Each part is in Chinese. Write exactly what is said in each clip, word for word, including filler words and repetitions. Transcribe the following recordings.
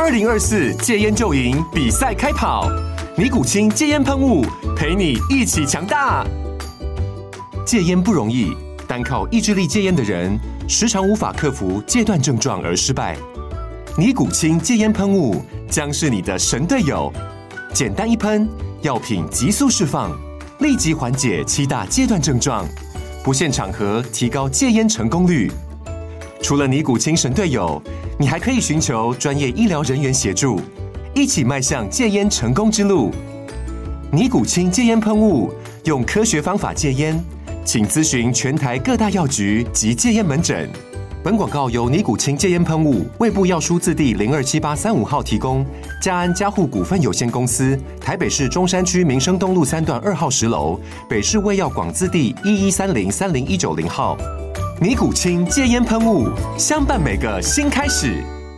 二零二四戒烟就赢比赛开跑，尼古清戒烟喷雾陪你一起强大。戒烟不容易，单靠意志力戒烟的人，时常无法克服戒断症状而失败。尼古清戒烟喷雾将是你的神队友，简单一喷，药品急速释放，立即缓解七大戒断症状，不限场合提高戒烟成功率。除了尼古清神队友，你还可以寻求专业医疗人员协助，一起迈向戒烟成功之路。尼古清戒烟喷雾，用科学方法戒烟，请咨询全台各大药局及戒烟门诊。本广告由尼古清戒烟喷雾、卫部药书字第零二七八三五号提供，嘉安嘉护股份有限公司，台北市中山区民生东路三段二号十楼，北市卫药广字第一一三零三零一九零号。尼古清戒烟喷雾，相伴每个新开始。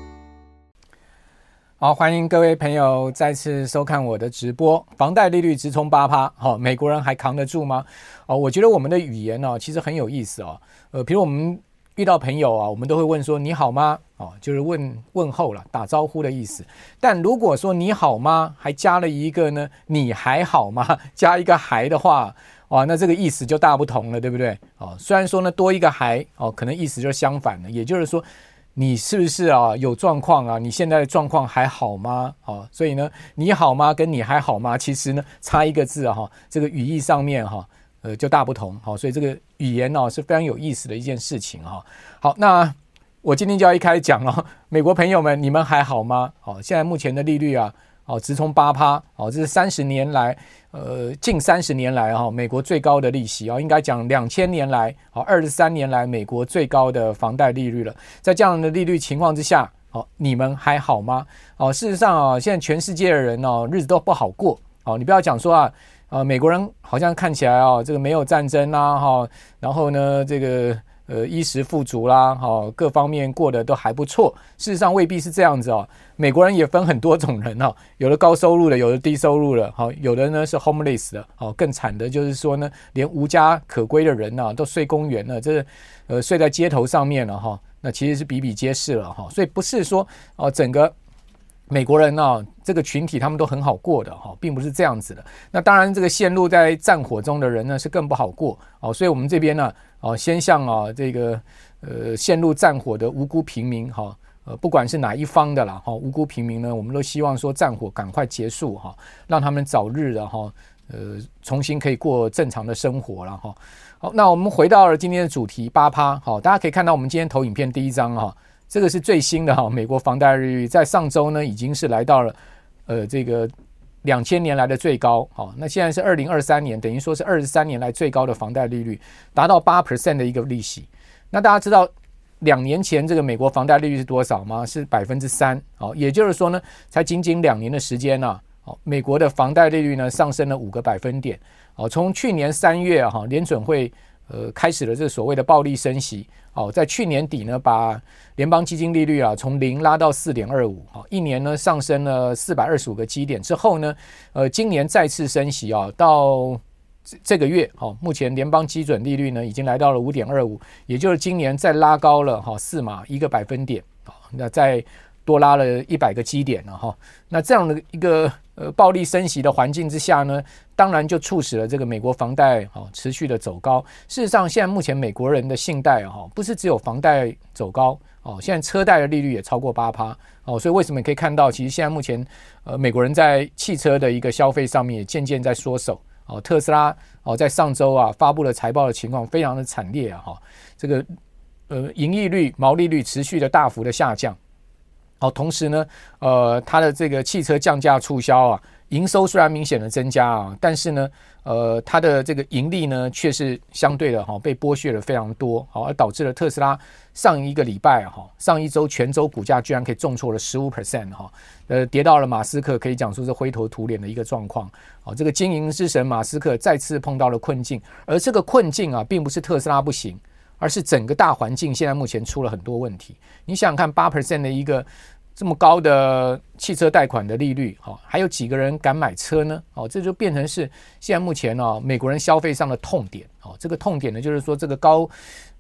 好，欢迎各位朋友再次收看我的直播。房贷利率直冲 百分之八， 好，美国人还扛得住吗？哦，我觉得我们的语言呢、哦，其实很有意思哦。呃，比如我们遇到朋友啊，我们都会问说你好吗？哦，就是问问候了，打招呼的意思。但如果说你好吗，还加了一个呢，你还好吗？加一个还的话。哦，那这个意思就大不同了，对不对？哦，虽然说呢多一个还哦，可能意思就相反了，也就是说你是不是啊有状况啊？你现在的状况还好吗？哦，所以呢你好吗跟你还好吗，其实呢差一个字哈、哦，这个语义上面哈、哦、呃就大不同。好、哦，所以这个语言呢、哦、是非常有意思的一件事情哈、哦。好，那我今天就要一开始讲了，美国朋友们你们还好吗？好、哦，现在目前的利率啊。哦，直冲 百分之八， 哦，这是三十年来，呃，近三十年来哈、哦，美国最高的利息啊、哦，应该讲两千年来，好、哦，二十三年来美国最高的房贷利率了。在这样的利率情况之下，哦，你们还好吗？哦，事实上啊、哦，现在全世界的人哦，日子都不好过。哦，你不要讲说啊，呃，美国人好像看起来啊、哦，这个没有战争啦，哈、哦，然后呢，这个。呃，衣食富足啦，哦，各方面过得都还不错。事实上未必是这样子哦。美国人也分很多种人哦，有的高收入的，有的低收入的，好、哦，有的呢是 homeless 的，好、哦，更惨的就是说呢，连无家可归的人呢、啊、都睡公园了，这呃睡在街头上面了哈、哦。那其实是比比皆是了哈、哦。所以不是说哦整个。美国人呢、哦，这个群体他们都很好过的哈、哦，并不是这样子的。那当然，这个陷入在战火中的人呢是更不好过哦。所以我们这边呢，哦，先向啊这个呃陷入战火的无辜平民哈、哦，呃不管是哪一方的啦哈、哦，无辜平民呢，我们都希望说战火赶快结束哈、哦，让他们早日的哈、哦、呃重新可以过正常的生活了哈、哦。好，那我们回到了今天的主题 百分之八， 好，大家可以看到我们今天投影片第一张哈。这个是最新的哈，美国房贷利率在上周呢已经是来到了呃这个两千年来的最高，好，那现在是二零二三年，等于说是二十三年来最高的房贷利率，达到 百分之八 的一个利息。那大家知道两年前这个美国房贷利率是多少吗？是 百分之三， 好，也就是说呢，才仅仅两年的时间呢、啊，美国的房贷利率呢上升了五个百分点，好，从去年三月哈、啊，联准会呃开始了这所谓的暴力升息。哦，在去年底呢，把联邦基金利率啊从零拉到 四点二五， 好，一年呢上升了四百二十五个基点之后呢，呃，今年再次升息啊，到这个月，好、哦，目前联邦基准利率呢已经来到了 五点二五， 也就是今年再拉高了哈四码一个百分点，好，那再多拉了一百个基点了哈。那这样的一个呃暴力升息的环境之下呢，当然就促使了这个美国房贷哦持续的走高。事实上，现在目前美国人的信贷哦不是只有房贷走高哦，现在车贷的利率也超过 百分之八 哦，所以为什么可以看到，其实现在目前呃美国人在汽车的一个消费上面也渐渐在缩手哦。特斯拉哦在上周啊发布了财报的情况非常的惨烈啊哈，这个呃盈利率、毛利率持续的大幅的下降。好，同时呢，呃，它的这个汽车降价促销啊，营收虽然明显的增加啊，但是呢，呃，它的这个盈利呢，却是相对的哈、哦、被剥削了非常多，好、哦，而导致了特斯拉上一个礼拜哈、哦，上一周全周股价居然可以重挫了 百分之十五 哈，呃，跌到了马斯克可以讲说是灰头土脸的一个状况。好、哦，这个经营之神马斯克再次碰到了困境，而这个困境啊，并不是特斯拉不行。而是整个大环境现在目前出了很多问题。你想想看 百分之八 的一个这么高的汽车贷款的利率，还有几个人敢买车呢？这就变成是现在目前美国人消费上的痛点。这个痛点呢，就是说这个高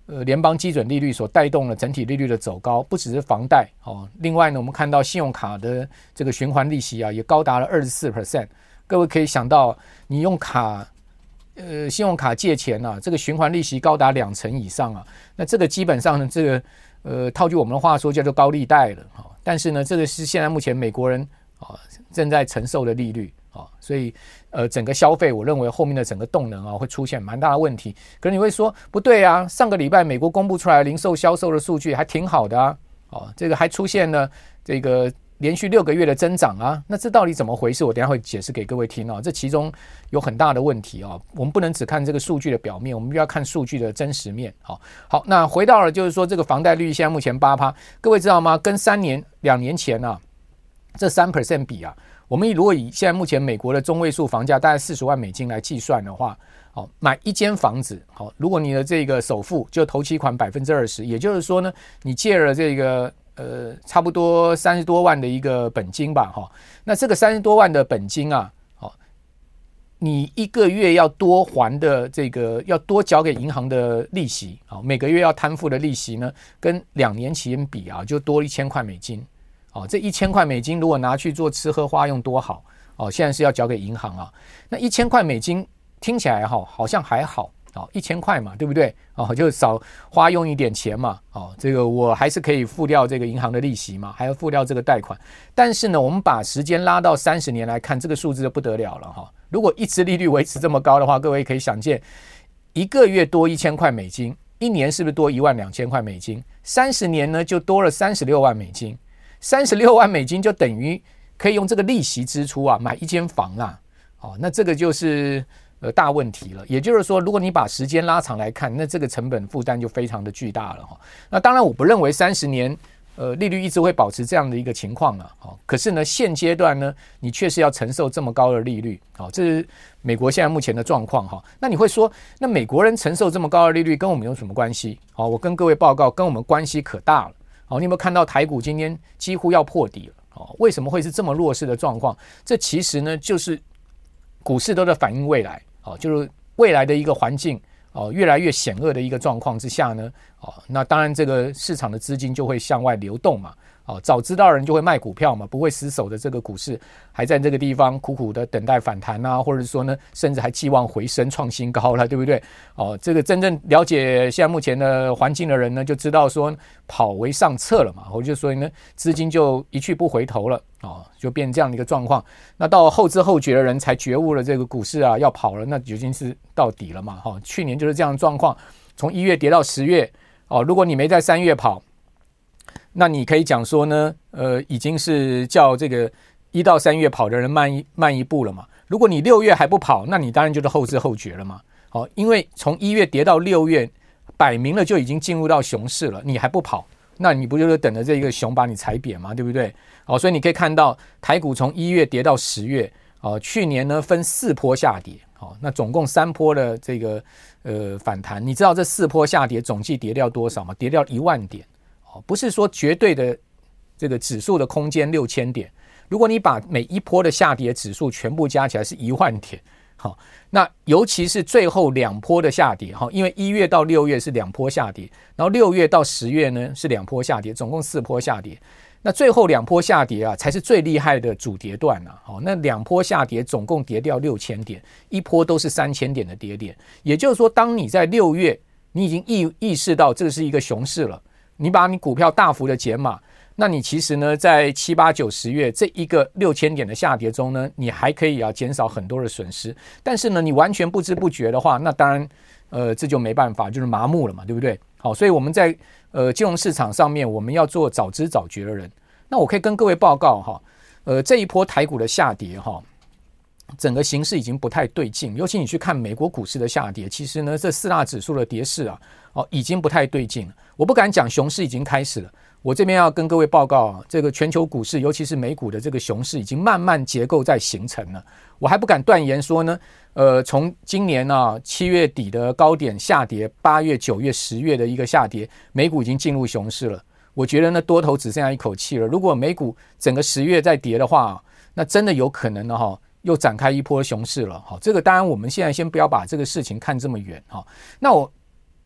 呃，联邦基准利率所带动了整体利率的走高，不只是房贷哦。另外呢，我们看到信用卡的这个循环利息啊，也高达了 百分之二十四。各位可以想到，你用卡呃信用卡借钱啊，这个循环利息高达两成以上啊。那这个基本上呢，这个呃套句我们的话说叫做高利贷了啊。但是呢，这个是现在目前美国人啊正在承受的利率。啊，所以呃，整个消费，我认为后面的整个动能啊，会出现蛮大的问题。可是你会说不对啊，上个礼拜美国公布出来的零售销售的数据还挺好的啊，哦，这个还出现了这个连续六个月的增长啊，那这到底怎么回事？我等一下会解释给各位听啊，这其中有很大的问题啊，我们不能只看这个数据的表面，我们必须要看数据的真实面。好，好，那回到了就是说这个房贷率现在目前 百分之八， 各位知道吗？跟三年两年前啊，这 百分之三 比啊。我们如果以现在目前美国的中位数房价大概四十万美金来计算的话，好，买一间房子，好，如果你的这个首付就头期款 百分之二十， 也就是说呢，你借了这个呃差不多三十多万的一个本金吧，哈，那这个三十多万的本金啊，好，你一个月要多还的这个要多缴给银行的利息，好，每个月要摊付的利息呢，跟两年期比啊，就多一千块美金。哦，这一千块美金如果拿去做吃喝花用多好哦！现在是要交给银行啊，那一千块美金听起来哈好像还好哦，一千块嘛，对不对？哦，就少花用一点钱嘛，哦，这个我还是可以付掉这个银行的利息嘛，还要付掉这个贷款。但是呢，我们把时间拉到三十年来看，这个数字就不得了了哈。如果一直利率维持这么高的话，各位可以想见，一个月多一千块美金，一年是不是多一万两千块美金？三十年呢，就多了三十六万美金。三十六万美金就等于可以用这个利息支出啊买一间房啊，哦，那这个就是呃大问题了。也就是说，如果你把时间拉长来看，那这个成本负担就非常的巨大了哈。那当然，我不认为三十年呃利率一直会保持这样的一个情况啊。哦，可是呢，现阶段呢，你确实要承受这么高的利率，哦，这是美国现在目前的状况哈。那你会说，那美国人承受这么高的利率跟我们有什么关系？哦，我跟各位报告，跟我们关系可大了。好，你有没有看到台股今天几乎要破底了？哦，为什么会是这么弱势的状况？这其实呢，就是股市都在反映未来，哦，就是未来的一个环境，哦，越来越险恶的一个状况之下呢，哦，那当然这个市场的资金就会向外流动嘛。哦，早知道人就会卖股票嘛，不会死守的这个股市还在这个地方苦苦的等待反弹啊，或者说呢，甚至还寄望回升创新高了，对不对？哦，这个真正了解现在目前的环境的人呢，就知道说跑为上策了嘛，或者所以呢，资金就一去不回头了，哦，就变成这样的一个状况。那到后知后觉的人才觉悟了，这个股市啊要跑了，那已经是到底了嘛。哈、哦，去年就是这样的状况，从一月跌到十月，哦，如果你没在三月跑。那你可以讲说呢，呃，已经是叫这个一到三月跑的人慢一慢一步了嘛。如果你六月还不跑，那你当然就是后知后觉了嘛。好，因为从一月跌到六月，摆明了就已经进入到熊市了，你还不跑，那你不就是等着这个熊把你踩扁嘛，对不对？好，所以你可以看到台股从一月跌到十月，哦，去年呢分四波下跌，好，那总共三波的这个呃反弹，你知道这四波下跌总计跌掉多少吗？跌掉一万点。不是说绝对的这个指数的空间六千点，如果你把每一波的下跌指数全部加起来是一万点，好，那尤其是最后两波的下跌，因为一月到六月是两波下跌，然后六月到十月呢是两波下跌，总共四波下跌。那最后两波下跌啊，才是最厉害的主跌段啊！好，那两波下跌总共跌掉六千点，一波都是三千点的跌点。也就是说，当你在六月，你已经意意识到这是一个熊市了。你把你股票大幅的减码，那你其实呢，在七八九十月这一个六千点的下跌中呢，你还可以啊减少很多的损失。但是呢，你完全不知不觉的话，那当然，呃，这就没办法，就是麻木了嘛，对不对？好，所以我们在呃金融市场上面，我们要做早知早觉的人。那我可以跟各位报告哈，呃，这一波台股的下跌哈。整个形势已经不太对劲，尤其你去看美国股市的下跌，其实呢，这四大指数的跌势啊，哦，已经不太对劲了。我不敢讲熊市已经开始了，我这边要跟各位报告啊，这个全球股市，尤其是美股的这个熊市，已经慢慢结构在形成了。我还不敢断言说呢，呃，从今年啊七月底的高点下跌，八月、九月、十月的一个下跌，美股已经进入熊市了。我觉得呢，多头只剩下一口气了。如果美股整个十月再跌的话，那真的有可能呢，哈。又展开一波熊市了，好，这个当然我们现在先不要把这个事情看这么远哈。那我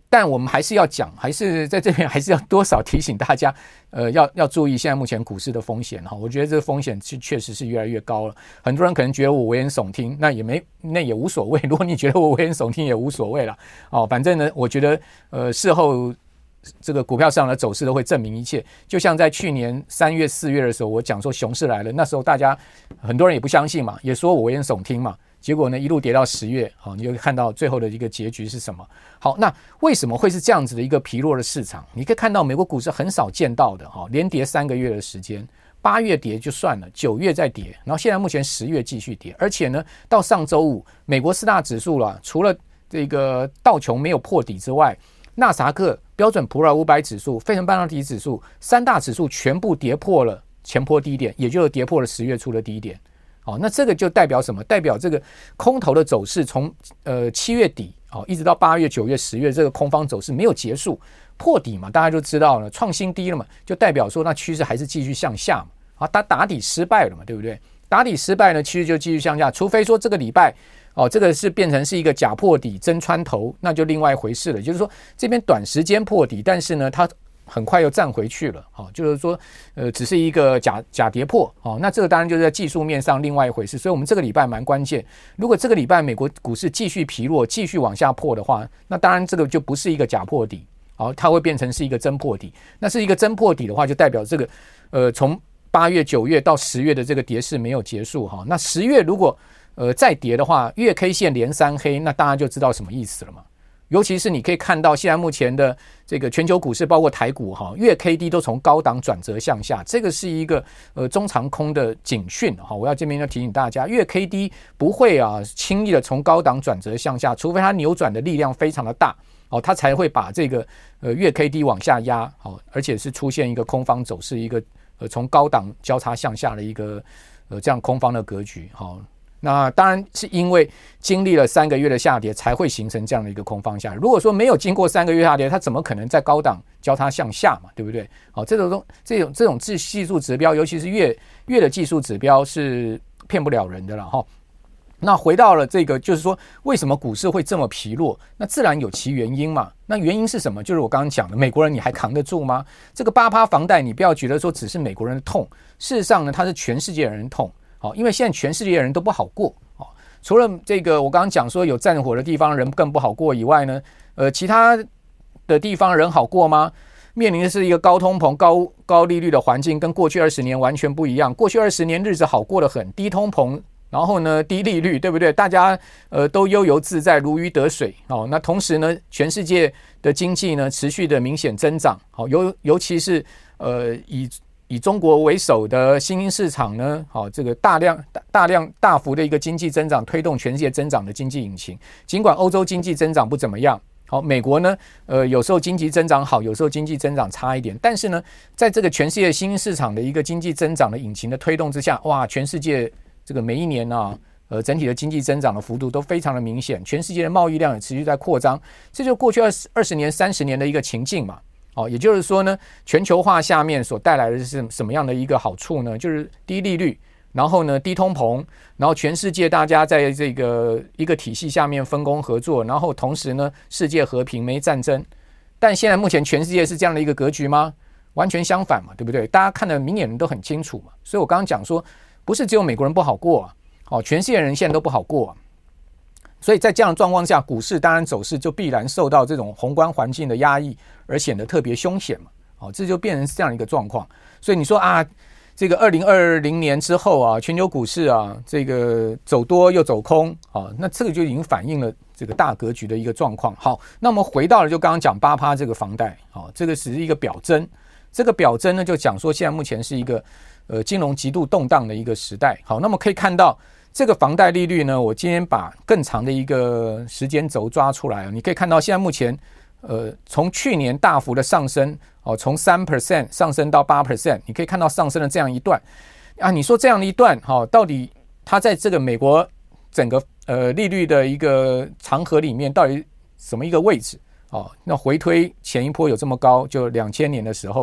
但我们还是要讲，还是在这边还是要多少提醒大家，呃，要要注意现在目前股市的风险哈。我觉得这个风险是确实是越来越高了。很多人可能觉得我危言耸听，那也没那也无所谓。如果你觉得我危言耸听也无所谓了哦。反正呢，我觉得呃事后这个股票市场的走势都会证明一切。就像在去年三月四月的时候，我讲说熊市来了，那时候大家很多人也不相信嘛，也说我危言耸听嘛。结果呢，一路跌到十月，好，你就看到最后的一个结局是什么？好，那为什么会是这样子的一个疲弱的市场？你可以看到美国股市很少见到的，哈，连跌三个月的时间，八月跌就算了，九月再跌，然后现在目前十月继续跌，而且呢，到上周五，美国四大指数了，除了这个道琼没有破底之外，纳斯达克、标准普尔五百指数、费城半导体指数三大指数全部跌破了前波低点，也就是跌破了十月初的低点。哦，那这个就代表什么？代表这个空头的走势从呃七月底哦一直到八月、九月、十月这个空方走势没有结束，破底嘛，大家就知道了，创新低了嘛，就代表说那趋势还是继续向下嘛。啊，打打底失败了嘛，对不对？打底失败呢，趋势就继续向下，除非说这个礼拜哦，这个是变成是一个假破底真穿头，那就另外一回事了。就是说这边短时间破底，但是呢，它很快又站回去了，哦，就是说，呃，只是一个假假跌破，哦，那这个当然就是在技术面上另外一回事。所以，我们这个礼拜蛮关键。如果这个礼拜美国股市继续疲弱，继续往下破的话，那当然这个就不是一个假破底，哦，它会变成是一个真破底。那是一个真破底的话，就代表这个，呃，从八月、九月到十月的这个跌势没有结束，哈、哦。那十月如果呃再跌的话，月 K 线连三黑，那大家就知道什么意思了嘛。尤其是你可以看到现在目前的这个全球股市，包括台股哈，月 K D 都从高档转折向下，这个是一个呃中长空的警讯哈。我要这边要提醒大家，月 K D 不会啊轻易的从高档转折向下，除非它扭转的力量非常的大哦，它才会把这个呃月 K D 往下压哦，而且是出现一个空方走势，一个呃从高档交叉向下的一个呃这样空方的格局哈。那当然是因为经历了三个月的下跌才会形成这样的一个空方下。如果说没有经过三个月下跌，它怎么可能在高档交叉向下嘛？对不对？好，这种这种这种技术指标，尤其是月月的技术指标是骗不了人的了哈。那回到了这个，就是说为什么股市会这么疲弱？那自然有其原因嘛。那原因是什么？就是我刚刚讲的，美国人你还扛得住吗？这个八趴房贷，你不要觉得说只是美国人的痛，事实上呢，它是全世界人的痛。好，因为现在全世界的人都不好过，哦，除了这个我刚刚讲说有战火的地方人更不好过以外呢，呃，其他的地方人好过吗？面临的是一个高通膨、高高利率的环境，跟过去二十年完全不一样。过去二十年日子好过得很，低通膨，然后呢低利率，对不对？大家呃都悠游自在，如鱼得水。哦，那同时呢，全世界的经济呢持续的明显增长，好，尤尤其是呃以以中国为首的新兴市场呢，好，这个大量大量大幅的一个经济增长，推动全世界增长的经济引擎。尽管欧洲经济增长不怎么样，好，美国呢，呃，有时候经济增长好，有时候经济增长差一点，但是呢，在这个全世界新兴市场的一个经济增长的引擎的推动之下，哇，全世界这个每一年啊，呃，整体的经济增长的幅度都非常的明显，全世界的贸易量也持续在扩张，这就是过去二十二十年、三十年的一个情境嘛。哦，也就是说呢，全球化下面所带来的是什么样的一个好处呢？就是低利率，然后呢低通膨，然后全世界大家在这个一个体系下面分工合作，然后同时呢世界和平没战争。但现在目前全世界是这样的一个格局吗？完全相反嘛，对不对？大家看得明眼人都很清楚嘛。所以我刚刚讲说，不是只有美国人不好过啊，哦，全世界人现在都不好过啊。所以在这样的状况下，股市当然走势就必然受到这种宏观环境的压抑，而显得特别凶险嘛。哦，这就变成这样一个状况。所以你说啊，这个二零二零年之后啊，全球股市啊，这个走多又走空啊，那这个就已经反映了这个大格局的一个状况。好，那我们回到了就刚刚讲八趴这个房贷，好，这个只是一个表征。这个表征呢，就讲说现在目前是一个呃金融极度动荡的一个时代。好，那么可以看到。这个房贷利率呢，我今天把更长的一个时间轴抓出来，你可以看到现在目前，呃，从去年大幅的上升，哦，从 百分之三 上升到 百分之八， 你可以看到上升了这样一段啊。你说这样的一段，哦，到底它在这个美国整个呃利率的一个长河里面，到底什么一个位置？哦，那回推前一波有这么高，就两千年的时候。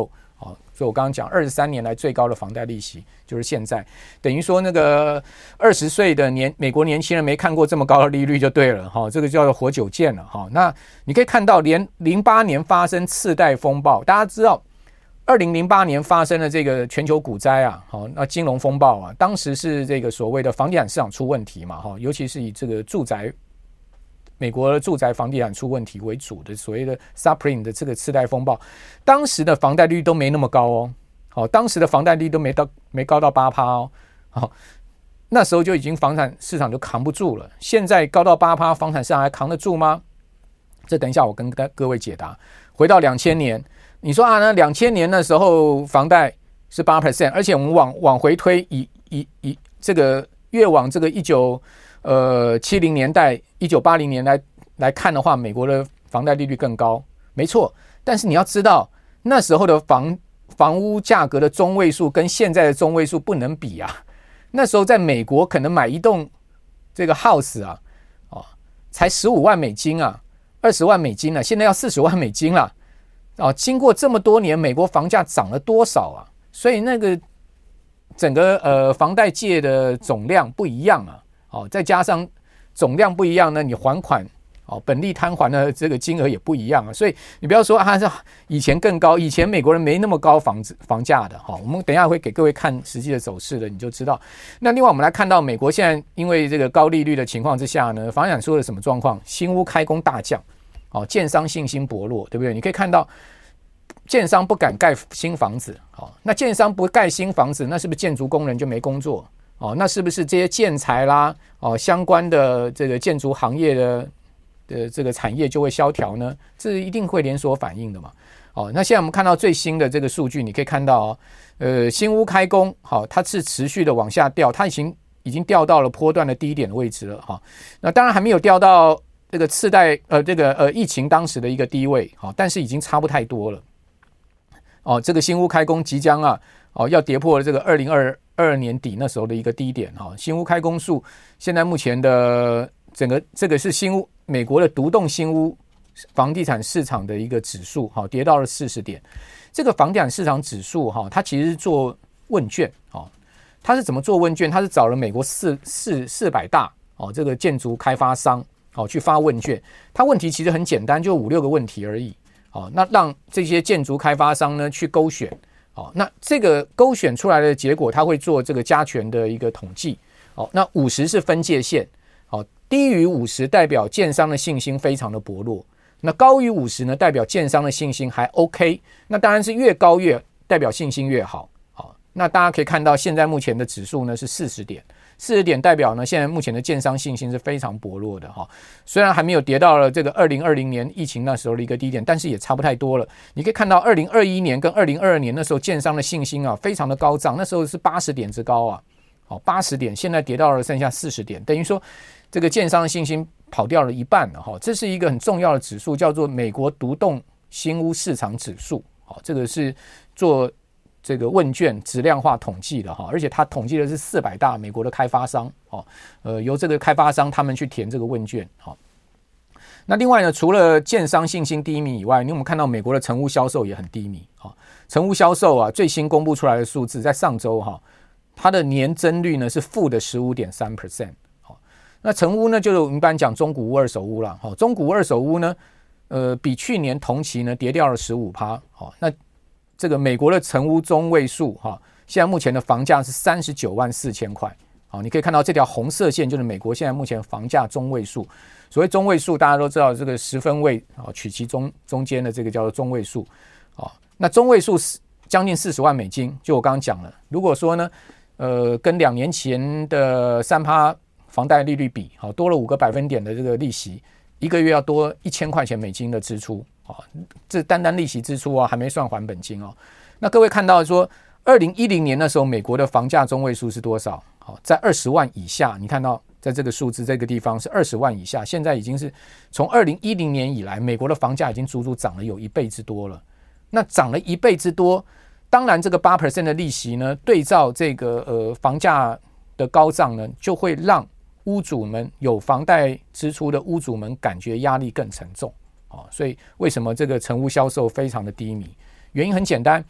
哦，所以我刚刚讲二十三年来最高的房贷利息就是现在，等于说那个二十岁的年美国年轻人没看过这么高的利率就对了哈，这个叫做活久见了哈。那你可以看到，连零八年发生次贷风暴，大家知道二零零八年发生的这个全球股灾啊，好，那金融风暴啊，当时是这个所谓的房地产市场出问题嘛哈，尤其是以这个住宅。美国的住宅房地产出问题为主的所谓的 subprime 的这个次贷风暴，当时的房贷率都没那么高哦，好，当时的房贷率都没到没高到 百分之八 哦，好，那时候就已经房产市场就扛不住了。现在高到 百分之八， 房产市场还扛得住吗？这等一下我跟各位解答。回到两千年，你说啊，那两千年那时候房贷是 百分之八， 而且我们往往回推，以以以这个越往这个一九呃七零年代、一九八零年来来看的话，美国的房贷利率更高，没错。但是你要知道，那时候的房房屋价格的中位数跟现在的中位数不能比啊。那时候在美国可能买一栋这个 house 啊，哦，才十五万美金啊，二十万美金啊，现在要四十万美金了。哦，经过这么多年，美国房价涨了多少啊？所以那个整个呃房贷借的总量不一样啊。哦，再加上总量不一样呢，你还款哦，本利摊还的这个金额也不一样啊，所以你不要说啊，是以前更高，以前美国人没那么高房子房价的哈、哦。我们等一下会给各位看实际的走势的，你就知道。那另外我们来看到美国现在因为这个高利率的情况之下呢，房地产出了什么状况？新屋开工大降，哦，建商信心薄弱，对不对？你可以看到建商不敢盖新房子，哦，那建商不盖新房子，那是不是建筑工人就没工作？哦，那是不是这些建材啦，哦，相关的这个建筑行业的的这个产业就会萧条呢？这一定会连锁反应的嘛。哦，那现在我们看到最新的这个数据，你可以看到哦，呃，新屋开工，好、哦，它是持续的往下掉，它已经已经掉到了波段的低点的位置了哈、哦。那当然还没有掉到这个次贷呃这个呃疫情当时的一个低位，好、哦，但是已经差不太多了。哦，这个新屋开工即将啊，哦，要跌破了这个二零二二年底那时候的一个低点哈、哦。新屋开工数现在目前的整个这个是新屋美国的独栋新屋房地产市场的一个指数哈、哦，跌到了四十点。这个房地产市场指数哈、哦，它其实是做问卷哦，它是怎么做问卷？它是找了美国四四四百大哦这个建筑开发商哦去发问卷。它问题其实很简单，就五六个问题而已。哦，那让这些建筑开发商呢去勾选，哦，那这个勾选出来的结果，他会做这个加权的一个统计，哦，那五十是分界线，哦，低于五十代表建商的信心非常的薄弱，那高于五十呢代表建商的信心还 OK， 那当然是越高越代表信心越好，好，那大家可以看到现在目前的指数呢是四十点。四十点代表呢，现在目前的建商信心是非常薄弱的哈。虽然还没有跌到了这个二零二零年疫情那时候的一个低点，但是也差不太多了。你可以看到二零二一年跟二零二二年那时候建商的信心啊，非常的高涨，那时候是八十点之高啊，好八十点，现在跌到了剩下四十点，等于说这个建商的信心跑掉了一半了哈。这是一个很重要的指数，叫做美国独栋新屋市场指数，好，这个是做这个问卷质量化统计的哈，而且它统计的是四百大美国的开发商哦，呃，由这个开发商他们去填这个问卷哈。那另外呢，除了建商信心低迷以外，你有没有看到美国的成屋销售也很低迷啊？成屋销售啊，最新公布出来的数字，在上周哈，它的年增率呢是负的十五点三 percent。好，那成屋呢，就是我们一般讲中古屋、二手屋啦。好，中古屋、二手屋呢，呃，比去年同期呢跌掉了十五趴。好，那这个美国的成屋中位数哈，现在目前的房价是三十九万四千块。好，你可以看到这条红色线就是美国现在目前房价中位数。所谓中位数，大家都知道这个十分位啊，取其中中间的这个叫做中位数。啊，那中位数将近四十万美金，就我刚刚讲了。如果说呢，呃，跟两年前的三趴房贷利率比，好多了五个百分点的这个利息，一个月要多一千块钱美金的支出。啊，这单单利息支出啊，还没算还本金哦。那各位看到说，二零一零年那时候，美国的房价中位数是多少？好，在二十万以下。你看到在这个数字这个地方是二十万以下，现在已经是从二零一零年以来，美国的房价已经足足涨了有一倍之多了。那涨了一倍之多，当然这个 百分之八 的利息呢，对照这个呃房价的高涨呢，就会让屋主们有房贷支出的屋主们感觉压力更沉重。所以为什么这个成屋销售非常的低迷？原因很简单，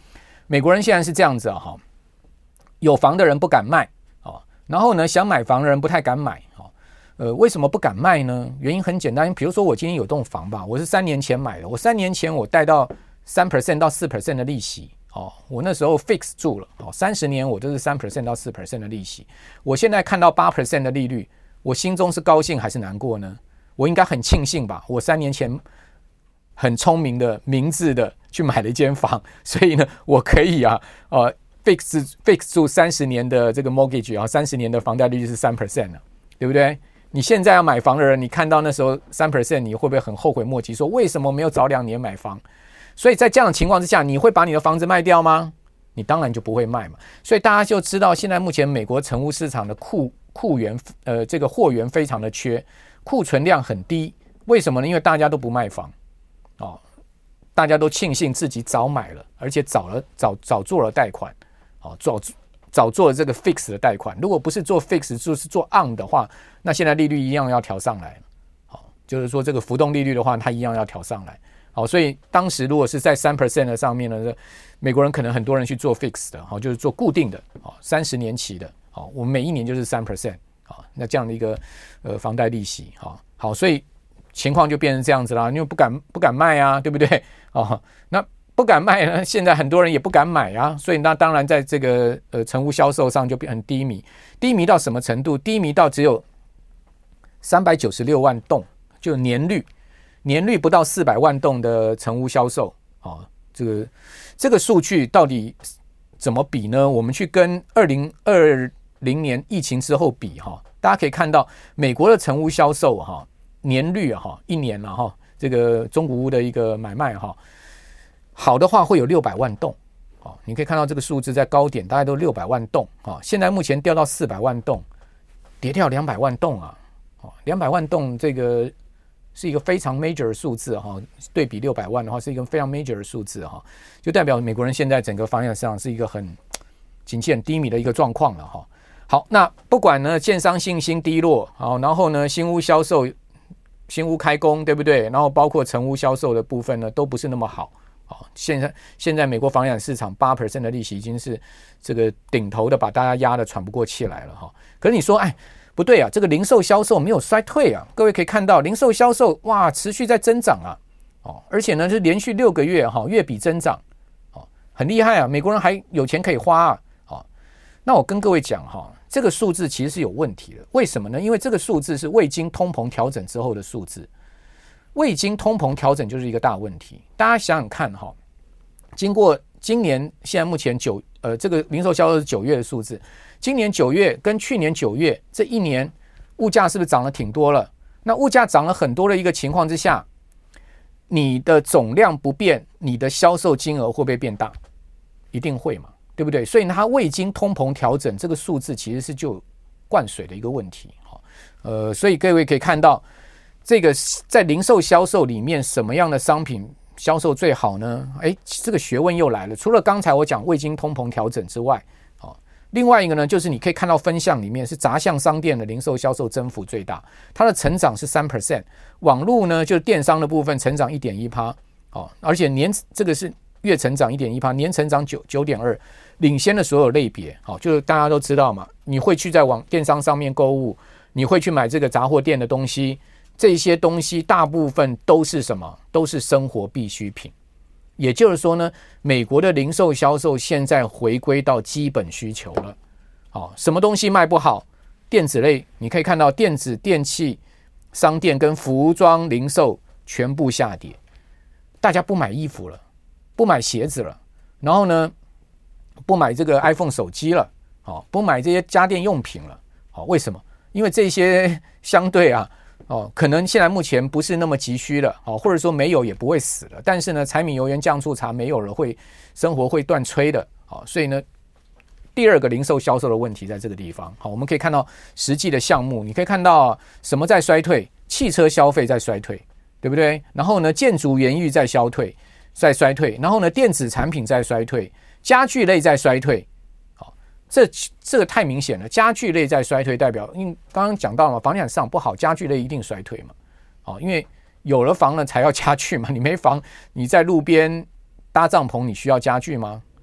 美国人现在是这样子啊，哈，有房的人不敢卖哦，然后呢，想买房的人不太敢买哦。呃，为什么不敢卖呢？原因很简单，比如说我今天有栋房吧，我是三年前买的，我三年前我贷到三 percent 到四 percent 的利息哦，我那时候 fix 住了哦，三十年我都是三 percent 到四 percent 的利息，我现在看到八 percent 的利率，我心中是高兴还是难过呢？我应该很庆幸吧，我三年前很聪明的、明智的去买了一间房，所以呢，我可以啊，呃 ，fix fix 住三十年的这个 mortgage 啊，三十年的房贷利率是三 percent 了，对不对？你现在要买房的人，你看到那时候三 percent， 你会不会很后悔莫及？说为什么没有早两年买房？所以在这样的情况之下，你会把你的房子卖掉吗？你当然就不会卖嘛。所以大家就知道，现在目前美国成屋市场的库库源，呃，这个货源非常的缺，库存量很低。为什么呢？因为大家都不卖房。哦，大家都庆幸自己早买了，而且早了早早做了贷款，哦，早早做了这个 fix 的贷款。如果不是做 fix， 就是做 on 的话，那现在利率一样要调上来。好、哦，就是说这个浮动利率的话，它一样要调上来。好、哦，所以当时如果是在 百分之三 的上面呢，美国人可能很多人去做 fix 的，好、哦，就是做固定的，好、哦，三十年期的，好、哦，我们每一年就是 百分之三，好、哦，那这样的一个呃房贷利息，好、哦，好，所以。情况就变成这样子啦，因为不敢不敢卖啊，对不对？哦，那不敢卖呢，现在很多人也不敢买啊，所以那当然在这个呃成屋销售上就变很低迷，低迷到什么程度？低迷到只有三百九十六万栋，就年率年率不到四百万栋的成屋销售，哦，这个这个数据到底怎么比呢？我们去跟二零二零年疫情之后比哈、哦，大家可以看到美国的成屋销售哈。哦年率哈，一年了哈，这个中古屋的一个买卖哈，好的话会有六百万栋，哦，你可以看到这个数字在高点大概都六百万栋啊，现在目前掉到四百万栋，跌掉两百万栋啊，哦，两百万栋这个是一个非常 major 的数字哈，对比六百万的话是一个非常 major 的数字哈，就代表美国人现在整个房地产市场是一个很景气很低迷的一个状况了哈。好，那不管呢建商信心低落，好，然后呢新屋销售。新屋开工，对不对？然后包括成屋销售的部分呢，都不是那么好。哦，现在现在美国房地产市场 百分之八 的利息已经是这个顶头的，把大家压得喘不过气来了哈。可是你说，哎，不对啊，这个零售销售没有衰退啊。各位可以看到，零售销售哇持续在增长啊。哦，而且呢是连续六个月哈月比增长，哦，很厉害啊。美国人还有钱可以花啊。哦，那我跟各位讲哈。这个数字其实是有问题的，为什么呢？因为这个数字是未经通膨调整之后的数字，未经通膨调整就是一个大问题。大家想想看哈，经过今年现在目前九呃这个零售销售是九月的数字，今年九月跟去年九月这一年物价是不是涨了挺多了？那物价涨了很多的一个情况之下，你的总量不变，你的销售金额会不会变大？一定会嘛。对不对？所以它未经通膨调整，这个数字其实是就灌水的一个问题。呃，所以各位可以看到，这个在零售销售里面，什么样的商品销售最好呢？哎，这个学问又来了。除了刚才我讲未经通膨调整之外，哦，另外一个呢，就是你可以看到分项里面是杂项商店的零售销售增幅最大，它的成长是 百分之三， 网络呢就是电商的部分成长 一点一 哦，而且年这个是月成长 一点一 年成长 九点二，领先的所有类别，好，就是大家都知道嘛，你会去在网电商上面购物，你会去买这个杂货店的东西，这些东西大部分都是什么？都是生活必需品。也就是说呢，美国的零售销售现在回归到基本需求了。好，什么东西卖不好？电子类，你可以看到电子电器商店跟服装零售全部下跌，大家不买衣服了，不买鞋子了，然后呢？不买这个 iPhone 手机了，哦，不买这些家电用品了，哦，为什么？因为这些相对啊，哦，可能现在目前不是那么急需了，哦，或者说没有也不会死了，但是呢，柴米油盐酱醋茶没有了，会生活会断炊的，哦，所以呢，第二个零售销售的问题在这个地方，好，我们可以看到实际的项目，你可以看到什么在衰退？汽车消费在衰退，对不对？然后呢，建筑园艺在消退，在衰退，然后呢，电子产品在衰退。家具类在衰退，好，这这个太明显了。家具类在衰退，代表因为刚刚讲到了房地产市场不好，家具类一定衰退嘛，好，因为有了房了才要家具嘛，你没房，你在路边搭帐篷，你需要家具吗？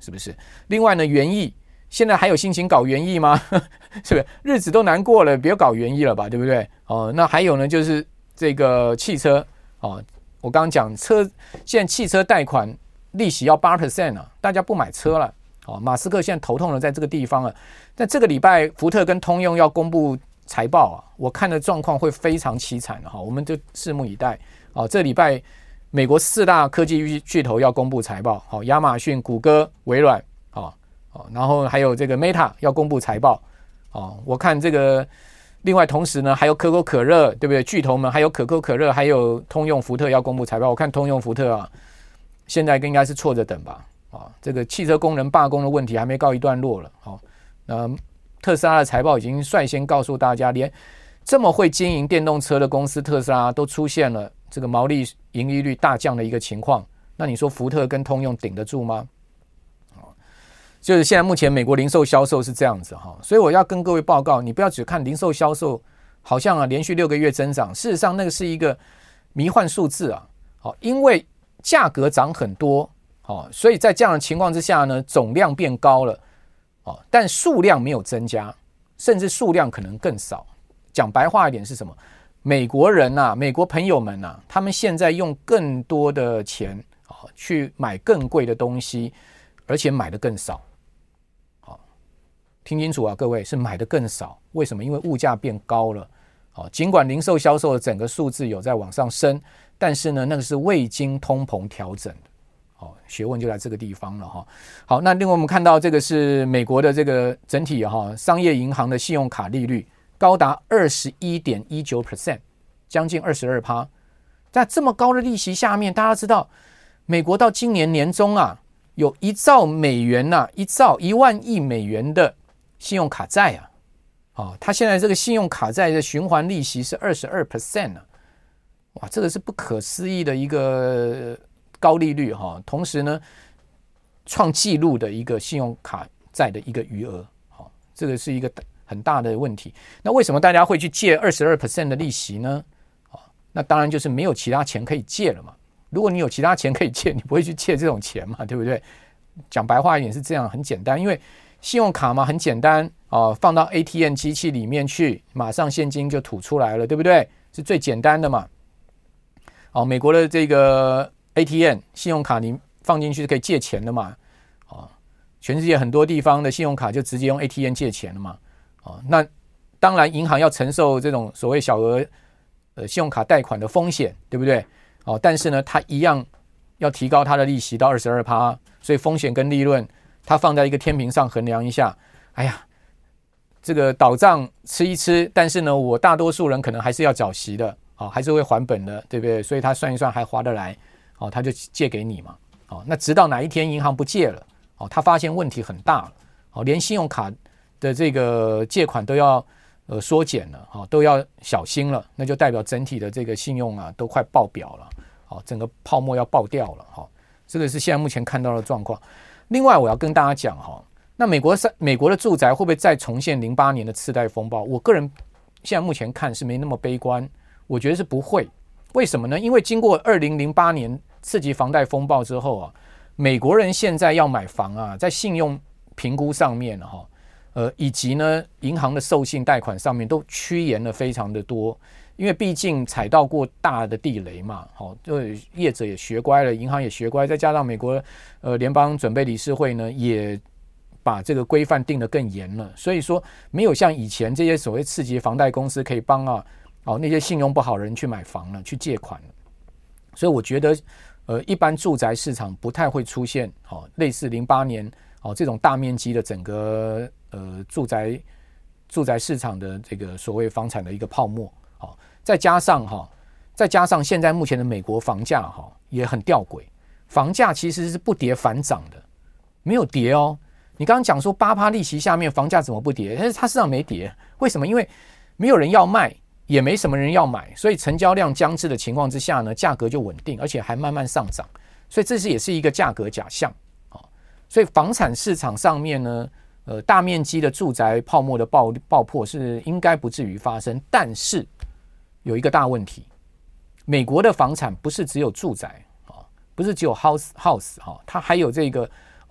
是不是？另外呢，园艺现在还有心情搞园艺吗？是不是？日子都难过了，别搞园艺了吧，对不对？哦，那还有呢，就是这个汽车哦，我刚刚讲车，现在汽车贷款利息要 百分之八 啊，大家不买车了。哦，马斯克现在头痛的在这个地方了。但这个礼拜福特跟通用要公布财报啊，我看的状况会非常凄惨哈，我们就拭目以待。哦，这礼拜美国四大科技巨头要公布财报，好，亚马逊、谷歌、微软，哦哦，然后还有这个 Meta 要公布财报，哦，我看这个另外同时呢，还有可口可乐，对不对？巨头们还有可口可乐，还有通用、福特要公布财报。我看通用、福特啊，现在应该是错着等吧。啊，这个汽车工人罢工的问题还没告一段落了。好，那特斯拉的财报已经率先告诉大家，连这么会经营电动车的公司特斯拉都出现了这个毛利盈利率大降的一个情况。那你说福特跟通用顶得住吗？就是现在目前美国零售销售是这样子哈，所以我要跟各位报告，你不要只看零售销售，好像啊连续六个月增长，事实上那个是一个迷幻数字啊。好，因为价格涨很多。哦，所以在这样的情况之下呢，总量变高了，哦，但数量没有增加，甚至数量可能更少。讲白话一点是什么？美国人啊，美国朋友们啊，他们现在用更多的钱啊、哦、去买更贵的东西，而且买的更少。好、哦，听清楚啊，各位，是买的更少。为什么？因为物价变高了。哦，尽管零售销售的整个数字有在往上升，但是呢，那个是未经通膨调整的。哦，学问就在这个地方了哈。好，那另外我们看到这个是美国的这个整体哈商业银行的信用卡利率高达 百分之二十一点一九， 将近 百分之二十二。 在这么高的利息下面，大家知道美国到今年年中啊，有一兆美元呐、啊，一兆一万亿美元的信用卡债啊。哦，它现在这个信用卡债的循环利息是 百分之二十二 啊。哇，这个是不可思议的一个高利率哈，同时呢，创纪录的一个信用卡债的一个余额，好，这个是一个很大的问题。那为什么大家会去借 百分之二十二 的利息呢？那当然就是没有其他钱可以借了嘛。如果你有其他钱可以借，你不会去借这种钱嘛，对不对？讲白话一点是这样，很简单，因为信用卡嘛，很简单啊，放到 A T M 机器里面去，马上现金就吐出来了，对不对？是最简单的嘛。哦，美国的这个A T M 信用卡你放进去是可以借钱的嘛？哦，全世界很多地方的信用卡就直接用 A T M 借钱了嘛？哦，那当然银行要承受这种所谓小额呃信用卡贷款的风险，对不对？哦，但是呢，它一样要提高它的利息到 百分之二十二， 所以风险跟利润它放在一个天平上衡量一下，哎呀，这个倒账吃一吃，但是呢，我大多数人可能还是要缴息的，哦，还是会还本的，对不对？所以他算一算还划得来。哦，他就借给你嘛，哦，那直到哪一天银行不借了，哦，他发现问题很大了，哦，连信用卡的这个借款都要呃缩减了，哦，都要小心了，那就代表整体的这个信用啊都快爆表了，哦，整个泡沫要爆掉了，哈、哦，这个是现在目前看到的状况。另外，我要跟大家讲哈、哦，那美国美国的住宅会不会再重现零八年的次贷风暴？我个人现在目前看是没那么悲观，我觉得是不会。为什么呢？因为经过二零零八年次级房贷风暴之后啊，美国人现在要买房啊，在信用评估上面哈、啊，呃，以及呢银行的授信贷款上面都趋严了非常的多，因为毕竟踩到过大的地雷嘛，好，就业者也学乖了，银行也学乖，再加上美国呃联邦准备理事会呢也把这个规范定得更严了，所以说没有像以前这些所谓次级房贷公司可以帮啊。哦，那些信用不好的人去买房了，去借款了，所以我觉得，呃，一般住宅市场不太会出现，哦，类似零八年哦这种大面积的整个呃住宅住宅市场的这个所谓房产的一个泡沫，哦，再加上哈、哦，再加上现在目前的美国房价哈、哦、也很吊诡，房价其实是不跌反涨的，没有跌哦。你刚刚讲说八趴利息下面房价怎么不跌？但是它市场没跌，为什么？因为没有人要卖。也没什么人要买，所以成交量僵滞的情况之下呢，价格就稳定，而且还慢慢上涨，所以这是也是一个价格假象啊。所以房产市场上面呢，呃，大面积的住宅泡沫的爆爆破是应该不至于发生，但是有一个大问题，美国的房产不是只有住宅啊，不是只有 house house 哈，它还有这个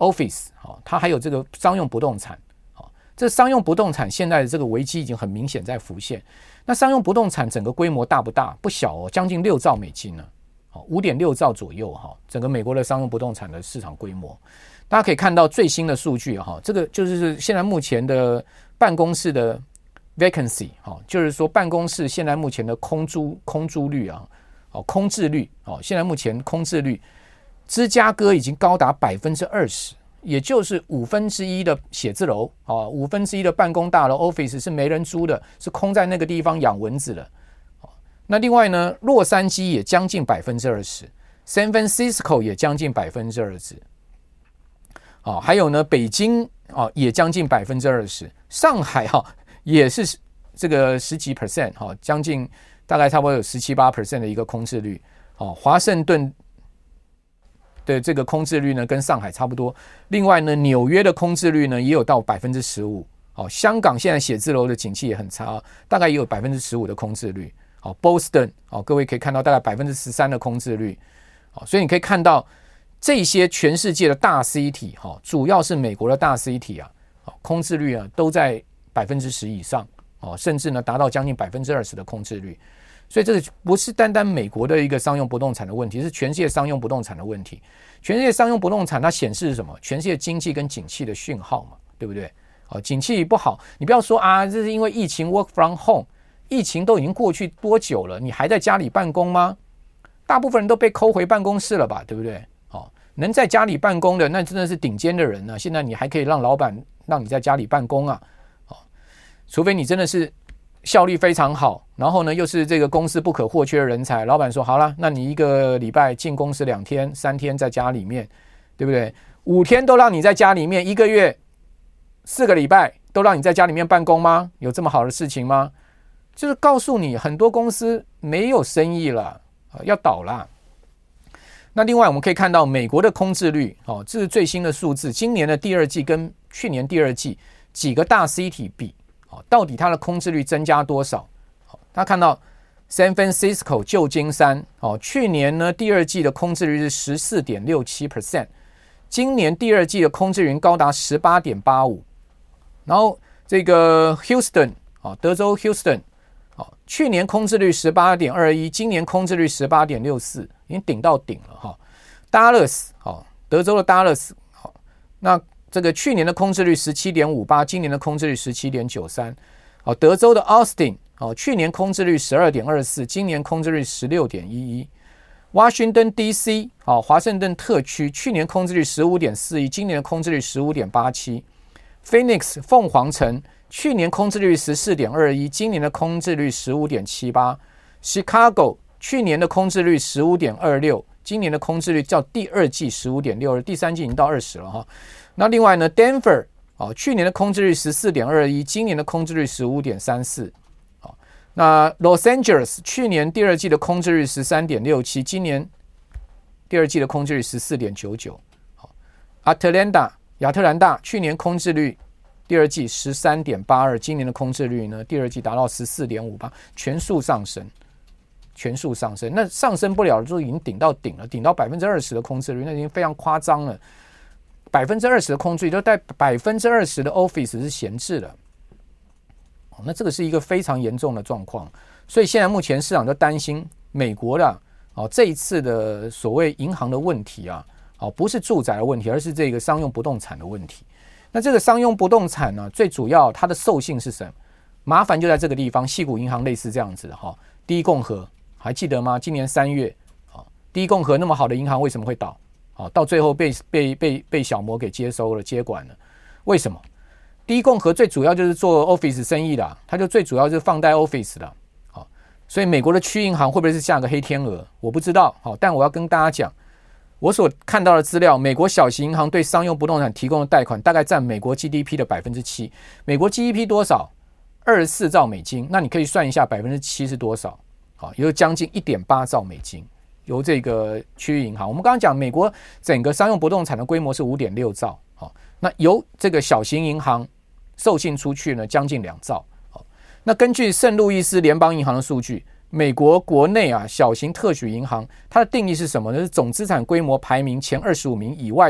office， 它还有这个商用不动产。这商用不动产现在的这个危机已经很明显在浮现。那商用不动产整个规模大不大？不小哦，将近六兆美金呢，五点六兆左右哈。整个美国的商用不动产的市场规模，大家可以看到最新的数据哈，这个就是现在目前的办公室的 vacancy 哈，就是说办公室现在目前的空租空租率啊，哦空置率哦，现在目前空置率，芝加哥已经高达百分之二十。也就是五分之一的写字楼啊，五分之一的办公大楼 office 是没人租的，是空在那个地方养蚊子的。那另外呢，洛杉矶也将近百分之二十 ，San Francisco 也将近百分之二十，啊，还有呢，北京啊也将近百分之二十，上海哈、啊、也是这个十几 percent 哈，将近大概差不多有十七八 percent 的一个空置率。哦，华盛顿的这个空置率呢跟上海差不多，另外呢纽约的空置率呢也有到 百分之十五， 哦，香港现在写字楼的景气也很差，大概也有 百分之十五 的空置率，哦 Boston， 哦，各位可以看到大概 百分之十三 的空置率，哦，所以你可以看到这些全世界的大 city， 哦，主要是美国的大 city 啊，哦，空置率啊都在 百分之十 以上，哦，甚至呢达到将近 百分之二十 的空置率。所以这个不是单单美国的一个商用不动产的问题，是全世界商用不动产的问题。全世界商用不动产它显示是什么？全世界经济跟景气的讯号嘛，对不对？哦，景气不好，你不要说啊，这是因为疫情 work from home， 疫情都已经过去多久了，你还在家里办公吗？大部分人都被扣回办公室了吧，对不对？哦，能在家里办公的那真的是顶尖的人呢、啊。现在你还可以让老板让你在家里办公啊，哦，除非你真的是效率非常好，然后呢又是这个公司不可或缺的人才，老板说好了，那你一个礼拜进公司两天三天在家里面，对不对？五天都让你在家里面，一个月四个礼拜都让你在家里面办公吗？有这么好的事情吗？就是告诉你很多公司没有生意了，要倒了。那另外我们可以看到美国的空置率，哦，这是最新的数字，今年的第二季跟去年第二季几个大 city 比，到底它的空置率增加多少？大家看到 San Francisco 旧金山，去年呢第二季的空置率是 十四点六七 percent， 今年第二季的空置率高达 十八点八五， 然后这个 Houston 德州 Houston 去年空置率 十八点二一， 今年空置率 十八点六四， 已经顶到顶了。Dallas 德州的 Dallas， 那这个去年的空置率 十七点五八， 今年的空置率 十七点九三。 德州的 Austin， 去年空置率 十二点二四， 今年空置率 十六点一一。 Washington D C， 华盛顿特区，去年空置率 十五点四一， 今年的空置率 十五点八七。 Phoenix 凤凰城，去年空置率 十四点二一， 今年的空置率 十五点七八。 Chicago 去年的空置率 十五点二六， 今年的空置率较第二季 十五点六二， 第三季已经到二十了哈。那另外呢 Denver， 哦，去年的空置率 十四点二一， 今年的空置率 十五点三四。哦，那 Los Angeles 去年第二季的空置率 十三点六七， 今年第二季的空置率 十四点九九。哦， Atlanta 亚特兰大去年空置率第二季 十三点八二， 今年的空置率呢第二季达到 十四点五八， 全数上升，全数上升。那上升不了就已经顶到顶了，顶到 百分之二十 的空置率，那已经非常夸张了。百分之二十的空置率就带 百分之二十的 office 是闲置的，那这个是一个非常严重的状况。所以现在目前市场就担心美国的、哦、这一次的所谓银行的问题啊，哦，不是住宅的问题，而是这个商用不动产的问题。那这个商用不动产呢，最主要它的授信是什么？麻烦就在这个地方，矽谷银行类似这样子的哈。第一共和还记得吗？今年三月，哦，第一共和那么好的银行为什么会倒？哦，到最后被被被被小摩给接收了、接管了，为什么？第一共和最主要就是做 office 生意的，它就最主要就是放贷 office 的，好，所以美国的区银行会不会是下个黑天鹅？我不知道，好，但我要跟大家讲，我所看到的资料，美国小型银行对商用不动产提供的贷款大概占美国 G D P 的 百分之七， 美国 G D P 多少？二十四兆美金，那你可以算一下 百分之七 是多少？好，也就将近 一点八兆美金。由这个区域银行，我们刚刚讲美国整个商用不动产的规模是 五点六兆，好，那由这个小型银行授信出去呢将近两兆，好，那根据圣路易斯联邦银行的数据，美国国内啊小型特许银行它的定义是什么呢？是总资产规模排名前二十五名以外的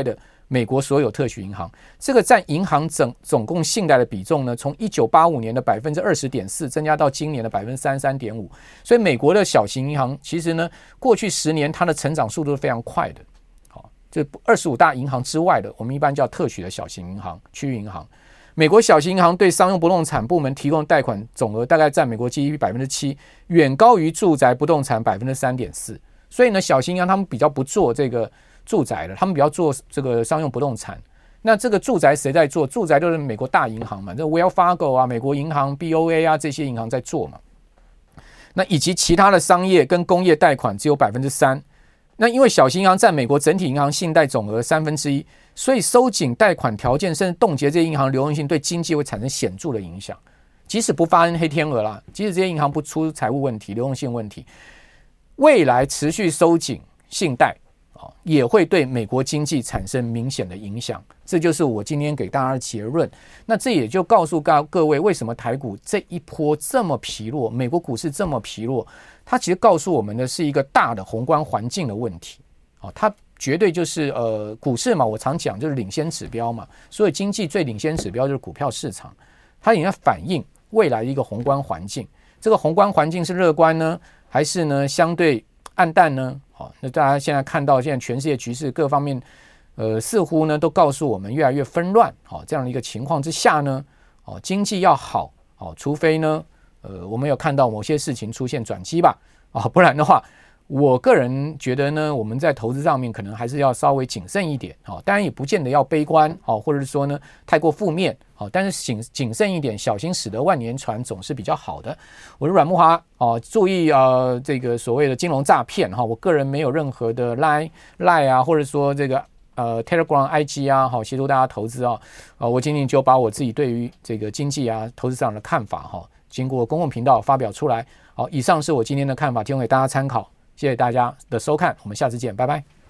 美国所有特许银行，这个占银行总总共信贷的比重呢，从一九八五年的百分之二十点四增加到今年的百分之三十三点五。所以美国的小型银行其实呢，过去十年它的成长速度是非常快的。好，这二十五大银行之外的，我们一般叫特许的小型银行、区域银行。美国小型银行对商用不动产部门提供的贷款总额大概占美国 G D P 百分之七，远高于住宅不动产百分之三点四。所以呢，小型银行他们比较不做这个住宅的，他们比较做这个商用不动产。那这个住宅谁在做？住宅都是美国大银行嘛，这 Wells Fargo 啊、美国银行、B O A 啊这些银行在做嘛。那以及其他的商业跟工业贷款只有百分之三。那因为小型银行占美国整体银行信贷总额三分之一，所以收紧贷款条件甚至冻结这些银行流动性，对经济会产生显著的影响。即使不发生黑天鹅啦，即使这些银行不出财务问题、流动性问题，未来持续收紧信贷也会对美国经济产生明显的影响，这就是我今天给大家的结论。那这也就告诉各位，为什么台股这一波这么疲弱，美国股市这么疲弱，它其实告诉我们的是一个大的宏观环境的问题。它绝对就是呃股市嘛，我常讲就是领先指标嘛，所以经济最领先指标就是股票市场，它也要反映未来的一个宏观环境。这个宏观环境是乐观呢，还是呢相对暗淡呢？好，那大家现在看到现在全世界局势各方面，呃，似乎呢都告诉我们越来越纷乱。好，这样的一个情况之下呢，哦，经济要好，哦，除非呢，呃，我们有看到某些事情出现转机吧，啊，不然的话，我个人觉得呢，我们在投资上面可能还是要稍微谨慎一点。好，当然也不见得要悲观，好，或者是说呢太过负面。好，但是谨谨慎一点，小心驶得万年船总是比较好的。我是阮慕骅，哦，注意呃这个所谓的金融诈骗哈，我个人没有任何的 Line Line 啊，或者说这个呃 Telegram、I G 啊，好协助大家投资啊。呃，我今天就把我自己对于这个经济啊、投资上的看法哈，经过公共频道发表出来。好，以上是我今天的看法，提供给大家参考。谢谢大家的收看，我们下次见，拜拜。